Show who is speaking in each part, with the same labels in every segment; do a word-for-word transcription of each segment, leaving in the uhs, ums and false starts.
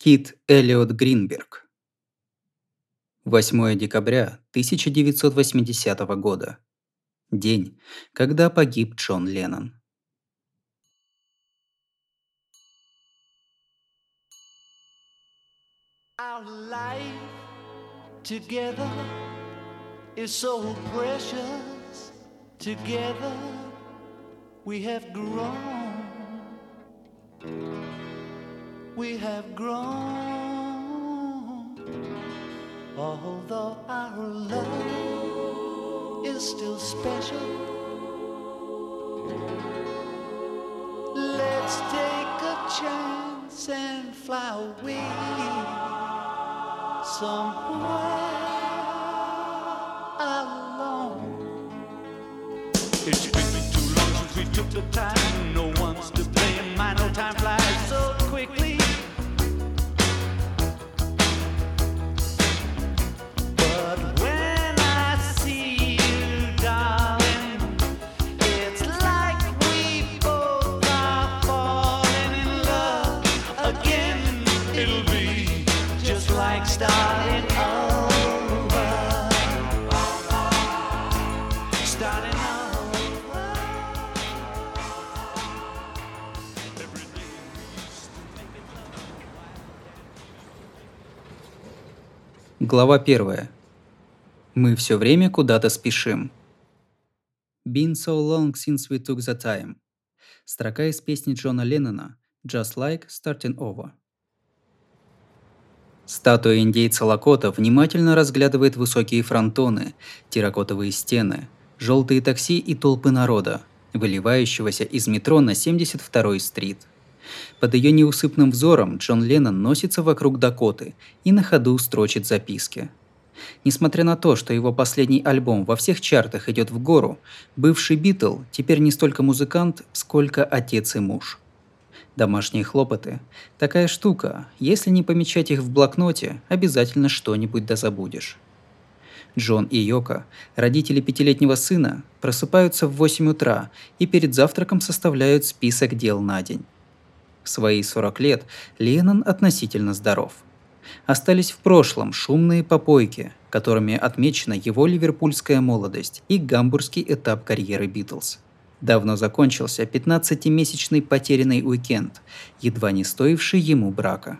Speaker 1: Кит Эллиот Гринберг. восьмое декабря тысяча девятьсот восьмидесятого года. День, когда погиб Джон Леннон.
Speaker 2: Our life together is so precious. Together we have grown. We have grown. Although our love is still special, let's take a chance and fly away somewhere alone. It's been too long since we took the time. No one's to blame. I know time flies so quickly. But when I see you, darling, it's like we both are falling in love again. It'll be just like starting over. Starting over. Every day we used to make it love.
Speaker 1: Глава первая. Мы все время куда-то спешим. Been so long since we took the time. Строка из песни Джона Леннона Just like starting over. Статуя индейца Лакота внимательно разглядывает высокие фронтоны, терракотовые стены, желтые такси и толпы народа, выливающегося из метро на семьдесят второй стрит. Под ее неусыпным взором Джон Леннон носится вокруг Дакоты и на ходу строчит записки. Несмотря на то, что его последний альбом во всех чартах идет в гору, бывший Битл теперь не столько музыкант, сколько отец и муж. Домашние хлопоты – такая штука, если не помечать их в блокноте, обязательно что-нибудь дозабудешь. Джон и Йоко, родители пятилетнего сына, просыпаются в восемь утра и перед завтраком составляют список дел на день. В свои сорок лет Леннон относительно здоров. Остались в прошлом шумные попойки, которыми отмечена его ливерпульская молодость и гамбургский этап карьеры Битлз. Давно закончился пятнадцатимесячный потерянный уикенд, едва не стоивший ему брака.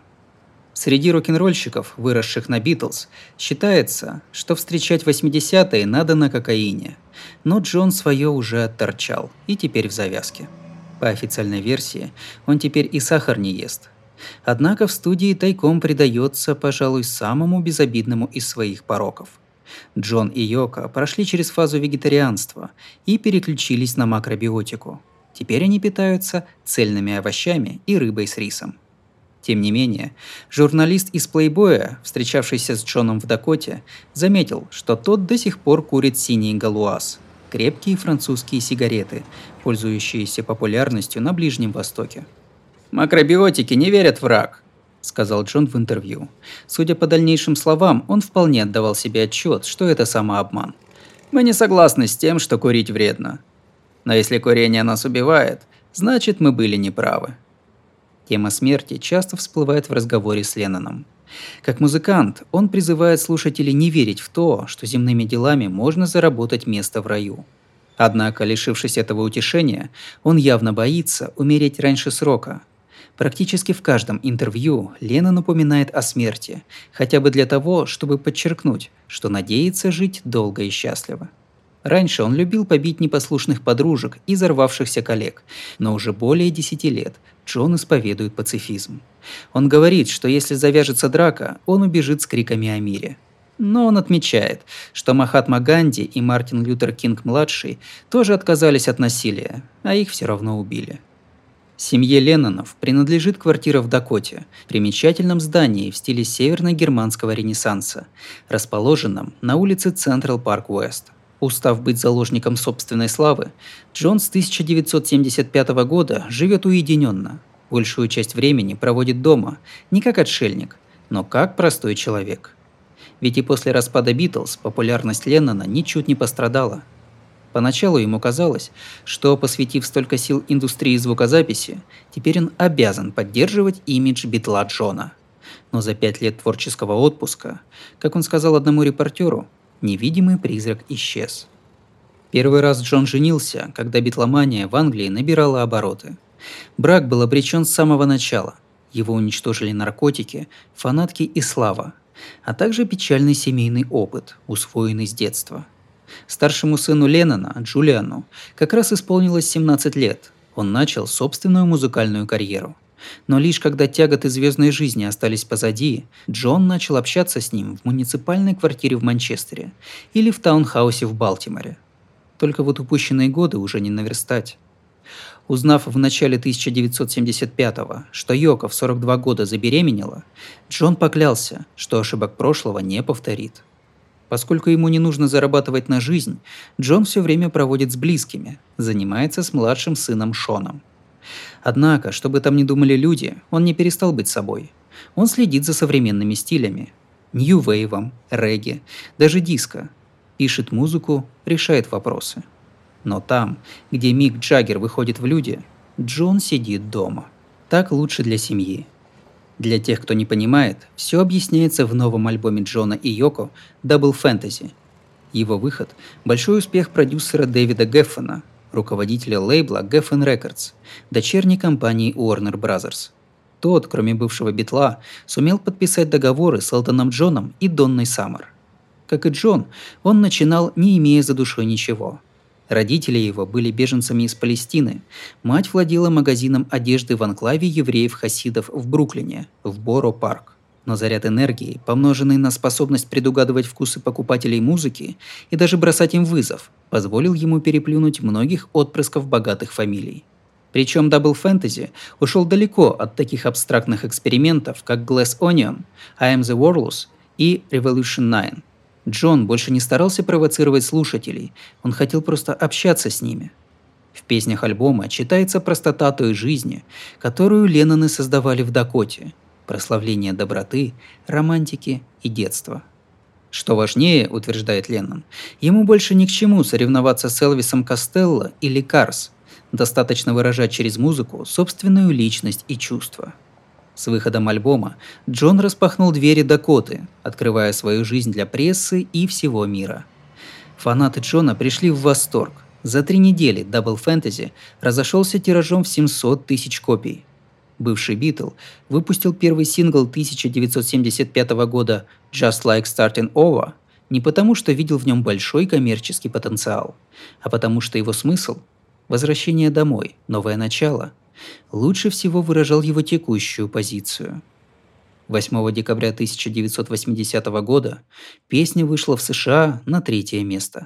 Speaker 1: Среди рок-н-ролльщиков, выросших на Битлз, считается, что встречать восьмидесятые надо на кокаине, но Джон свое уже отторчал и теперь в завязке. По официальной версии, он теперь и сахар не ест. Однако в студии тайком предается, пожалуй, самому безобидному из своих пороков. Джон и Йоко прошли через фазу вегетарианства и переключились на макробиотику. Теперь они питаются цельными овощами и рыбой с рисом. Тем не менее, журналист из Playboy, встречавшийся с Джоном в Дакоте, заметил, что тот до сих пор курит синий галуаз – крепкие французские сигареты, пользующиеся популярностью на Ближнем Востоке. «Макробиотики не верят в рак», – сказал Джон в интервью. Судя по дальнейшим словам, он вполне отдавал себе отчет, что это самообман. «Мы не согласны с тем, что курить вредно. Но если курение нас убивает, значит мы были неправы». Тема смерти часто всплывает в разговоре с Ленноном. Как музыкант, он призывает слушателей не верить в то, что земными делами можно заработать место в раю. Однако, лишившись этого утешения, он явно боится умереть раньше срока. Практически в каждом интервью Леннон упоминает о смерти, хотя бы для того, чтобы подчеркнуть, что надеется жить долго и счастливо. Раньше он любил побить непослушных подружек и взорвавшихся коллег, но уже более десяти лет Джон исповедует пацифизм. Он говорит, что если завяжется драка, он убежит с криками о мире. Но он отмечает, что Махатма Ганди и Мартин Лютер Кинг-младший тоже отказались от насилия, а их все равно убили. Семье Леннонов принадлежит квартира в Дакоте, примечательном здании в стиле северно-германского ренессанса, расположенном на улице Централ Парк Уэст. Устав быть заложником собственной славы, Джон с тысяча девятьсот семьдесят пятого года живет уединенно. Большую часть времени проводит дома, не как отшельник, но как простой человек. Ведь и после распада Битлз популярность Леннона ничуть не пострадала. Поначалу ему казалось, что, посвятив столько сил индустрии звукозаписи, теперь он обязан поддерживать имидж Битла Джона. Но за пять лет творческого отпуска, как он сказал одному репортеру, невидимый призрак исчез. Первый раз Джон женился, когда битломания в Англии набирала обороты. Брак был обречен с самого начала. Его уничтожили наркотики, фанатки и слава, а также печальный семейный опыт, усвоенный с детства. Старшему сыну Леннона, Джулиану, как раз исполнилось семнадцать лет. Он начал собственную музыкальную карьеру. Но лишь когда тяготы звездной жизни остались позади, Джон начал общаться с ним в муниципальной квартире в Манчестере или в таунхаусе в Балтиморе. Только вот упущенные годы уже не наверстать. Узнав в начале тысяча девятьсот семьдесят пятого, что Йоко в сорок два года забеременела, Джон поклялся, что ошибок прошлого не повторит. Поскольку ему не нужно зарабатывать на жизнь, Джон все время проводит с близкими, занимается с младшим сыном Шоном. Однако, что бы там ни думали люди, он не перестал быть собой. Он следит за современными стилями. Нью-вейвом, регги, даже диско. Пишет музыку, решает вопросы. Но там, где Мик Джаггер выходит в люди, Джон сидит дома. Так лучше для семьи. Для тех, кто не понимает, все объясняется в новом альбоме Джона и Йоко «Double Fantasy». Его выход – большой успех продюсера Дэвида Геффена, руководителя лейбла Geffen Records, дочерней компании Warner Brothers. Тот, кроме бывшего Битла, сумел подписать договоры с Элтоном Джоном и Донной Саммер. Как и Джон, он начинал, не имея за душой ничего. Родители его были беженцами из Палестины, мать владела магазином одежды в анклаве евреев-хасидов в Бруклине, в Боро-парк. Но заряд энергии, помноженный на способность предугадывать вкусы покупателей музыки и даже бросать им вызов, позволил ему переплюнуть многих отпрысков богатых фамилий. Причем Double Fantasy ушел далеко от таких абстрактных экспериментов, как Glass Onion, I Am the Warlords и Revolution найн. Джон больше не старался провоцировать слушателей, он хотел просто общаться с ними. В песнях альбома читается простота той жизни, которую Ленноны создавали в Дакоте, прославление доброты, романтики и детства. Что важнее, утверждает Леннон, ему больше ни к чему соревноваться с Элвисом Костелло или Карс, достаточно выражать через музыку собственную личность и чувства. С выходом альбома Джон распахнул двери Дакоты, открывая свою жизнь для прессы и всего мира. Фанаты Джона пришли в восторг. За три недели Double Fantasy разошелся тиражом в семьсот тысяч копий. Бывший Битл выпустил первый сингл тысяча девятьсот семьдесят пятого года «Just Like Starting Over» не потому, что видел в нем большой коммерческий потенциал, а потому что его смысл – возвращение домой, новое начало – лучше всего выражал его текущую позицию. восьмого декабря тысяча девятьсот восьмидесятого года песня вышла в США на третье место.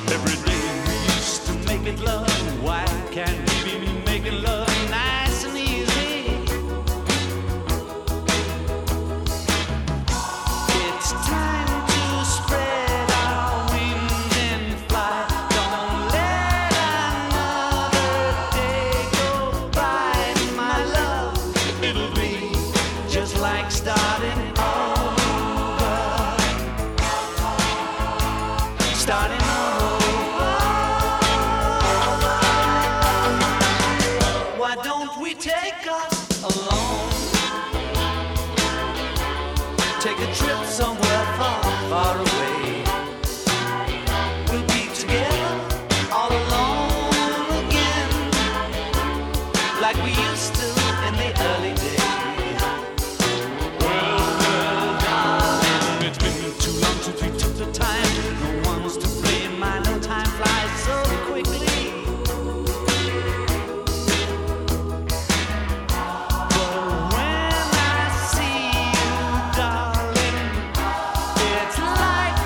Speaker 2: Take a trip somewhere far, far away. We'll be together all alone again, like we used to in the early days. Well, well, darling, it's been too long since we took the time. No one's to blame, I know time flies so quickly. But when I see you, darling, it's like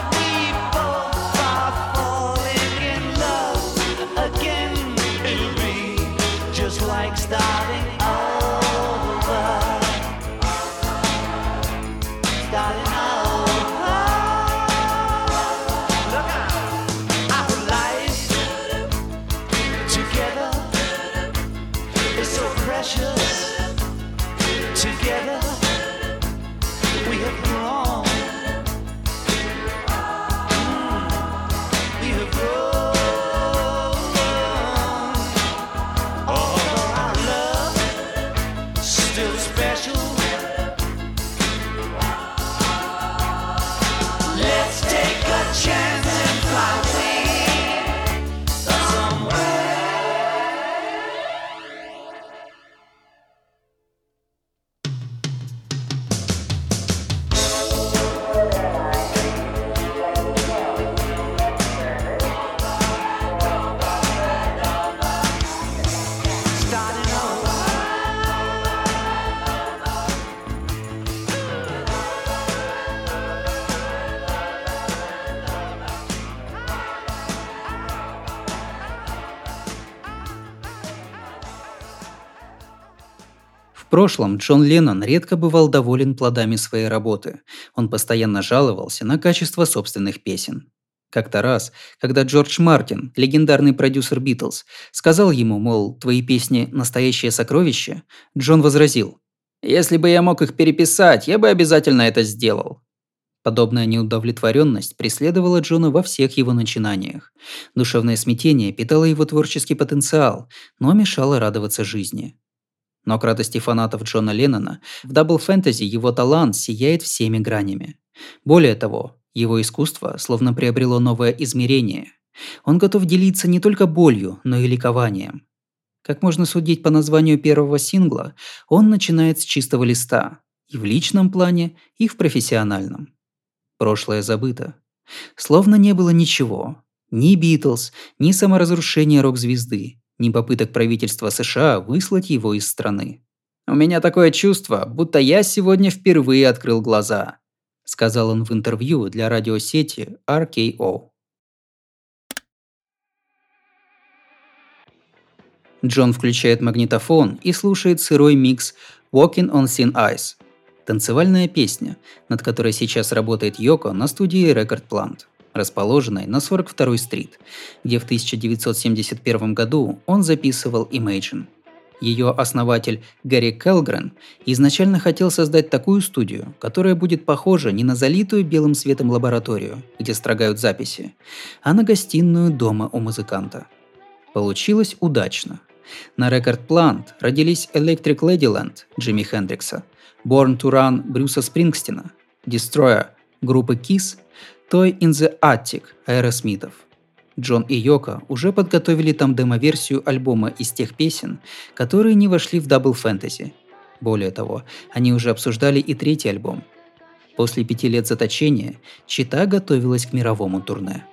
Speaker 1: прошлом Джон Леннон редко бывал доволен плодами своей работы. Он постоянно жаловался на качество собственных песен. Как-то раз, когда Джордж Мартин, легендарный продюсер Битлз, сказал ему, мол, твои песни – настоящее сокровище, Джон возразил: «Если бы я мог их переписать, я бы обязательно это сделал». Подобная неудовлетворенность преследовала Джона во всех его начинаниях. Душевное смятение питало его творческий потенциал, но мешало радоваться жизни. Но к радости фанатов Джона Леннона в Double Fantasy его талант сияет всеми гранями. Более того, его искусство словно приобрело новое измерение. Он готов делиться не только болью, но и ликованием. Как можно судить по названию первого сингла, он начинает с чистого листа, и в личном плане, и в профессиональном. Прошлое забыто. Словно не было ничего. Ни Битлз, ни саморазрушения рок-звезды, ни попыток правительства США выслать его из страны. «У меня такое чувство, будто я сегодня впервые открыл глаза», сказал он в интервью для радиосети ар кей о. Джон включает магнитофон и слушает сырой микс «Walking on Thin Ice», танцевальная песня, над которой сейчас работает Йоко на студии Record Plant, расположенной на сорок второй стрит, где в тысяча девятьсот семьдесят первом году он записывал Imagine. Ее основатель Гэри Келгрен изначально хотел создать такую студию, которая будет похожа не на залитую белым светом лабораторию, где строгают записи, а на гостиную дома у музыканта. Получилось удачно. На Record Plant родились Electric Ladyland Джимми Хендрикса, Born to Run Брюса Спрингстина, Destroyer группы Kiss, Toy in the Attic Аэросмитов. Джон и Йоко уже подготовили там демо-версию альбома из тех песен, которые не вошли в Double Fantasy. Более того, они уже обсуждали и третий альбом. После пяти лет заточения чита готовилась к мировому турне.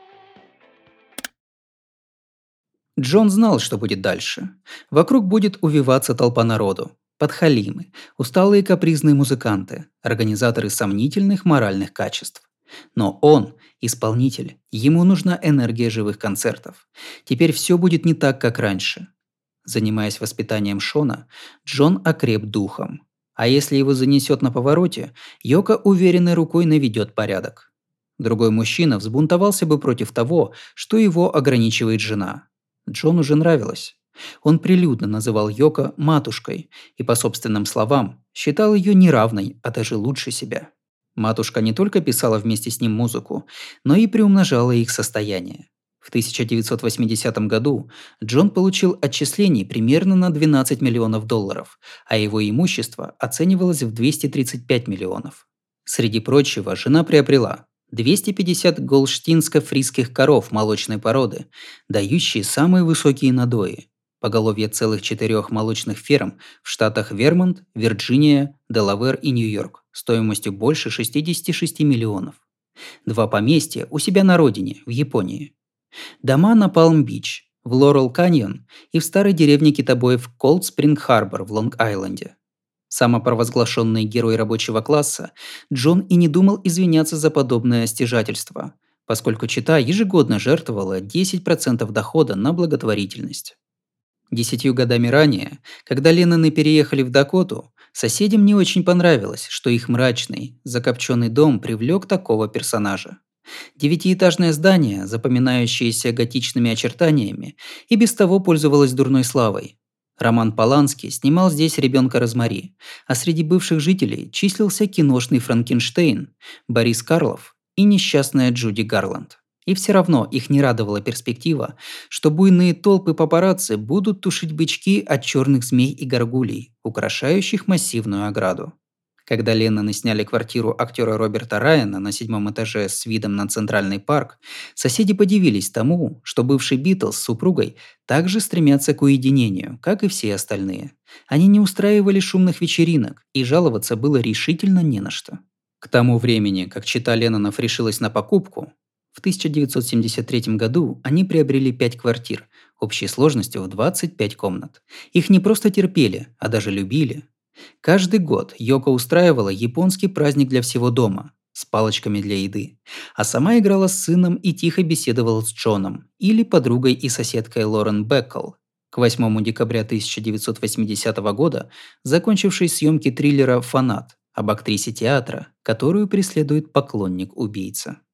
Speaker 1: Джон знал, что будет дальше. Вокруг будет увиваться толпа народу. Подхалимы, усталые капризные музыканты, организаторы сомнительных моральных качеств. Но он – исполнитель, ему нужна энергия живых концертов. Теперь все будет не так, как раньше. Занимаясь воспитанием Шона, Джон окреп духом. А если его занесет на повороте, Йоко уверенной рукой наведет порядок. Другой мужчина взбунтовался бы против того, что его ограничивает жена. Джону уже нравилось. Он прилюдно называл Йоко матушкой и, по собственным словам, считал ее неравной, а даже лучше себя. Матушка не только писала вместе с ним музыку, но и приумножала их состояние. В тысяча девятьсот восьмидесятом году Джон получил отчислений примерно на двенадцать миллионов долларов, а его имущество оценивалось в двести тридцать пять миллионов. Среди прочего, жена приобрела двести пятьдесят голштинско-фризских коров молочной породы, дающие самые высокие надои, поголовье целых четырех молочных ферм в штатах Вермонт, Вирджиния, Делавэр и Нью-Йорк стоимостью больше шестидесяти шести миллионов. Два поместья у себя на родине, в Японии. Дома на Палм-Бич, в Лорел-Каньон и в старой деревне китобоев Колд-Спринг-Харбор в Лонг-Айленде. Самопровозглашенный герой рабочего класса, Джон и не думал извиняться за подобное стяжательство, поскольку чита ежегодно жертвовала десять процентов дохода на благотворительность. Десятью годами ранее, когда Ленноны переехали в Дакоту, соседям не очень понравилось, что их мрачный, закопченный дом привлек такого персонажа. Девятиэтажное здание, запоминающееся готичными очертаниями, и без того пользовалось дурной славой. Роман Полански снимал здесь ребенка Розмари, а среди бывших жителей числился киношный Франкенштейн, Борис Карлов и несчастная Джуди Гарланд. И все равно их не радовала перспектива, что буйные толпы папарацци будут тушить бычки от черных змей и горгулей, украшающих массивную ограду. Когда Ленноны сняли квартиру актера Роберта Райана на седьмом этаже с видом на Центральный парк, соседи подивились тому, что бывший Битлз с супругой также стремятся к уединению, как и все остальные. Они не устраивали шумных вечеринок, и жаловаться было решительно не на что. К тому времени, как чита Леннонов решилась на покупку, в тысяча девятьсот семьдесят третьем году они приобрели пять квартир, общей сложностью в двадцать пять комнат. Их не просто терпели, а даже любили. Каждый год Йоко устраивала японский праздник для всего дома с палочками для еды, а сама играла с сыном и тихо беседовала с Джоном или подругой и соседкой Лорен Беккл. К восьмому декабря тысяча девятьсот восьмидесятого года, закончившей съемки триллера «Фанат» об актрисе театра, которую преследует поклонник-убийца.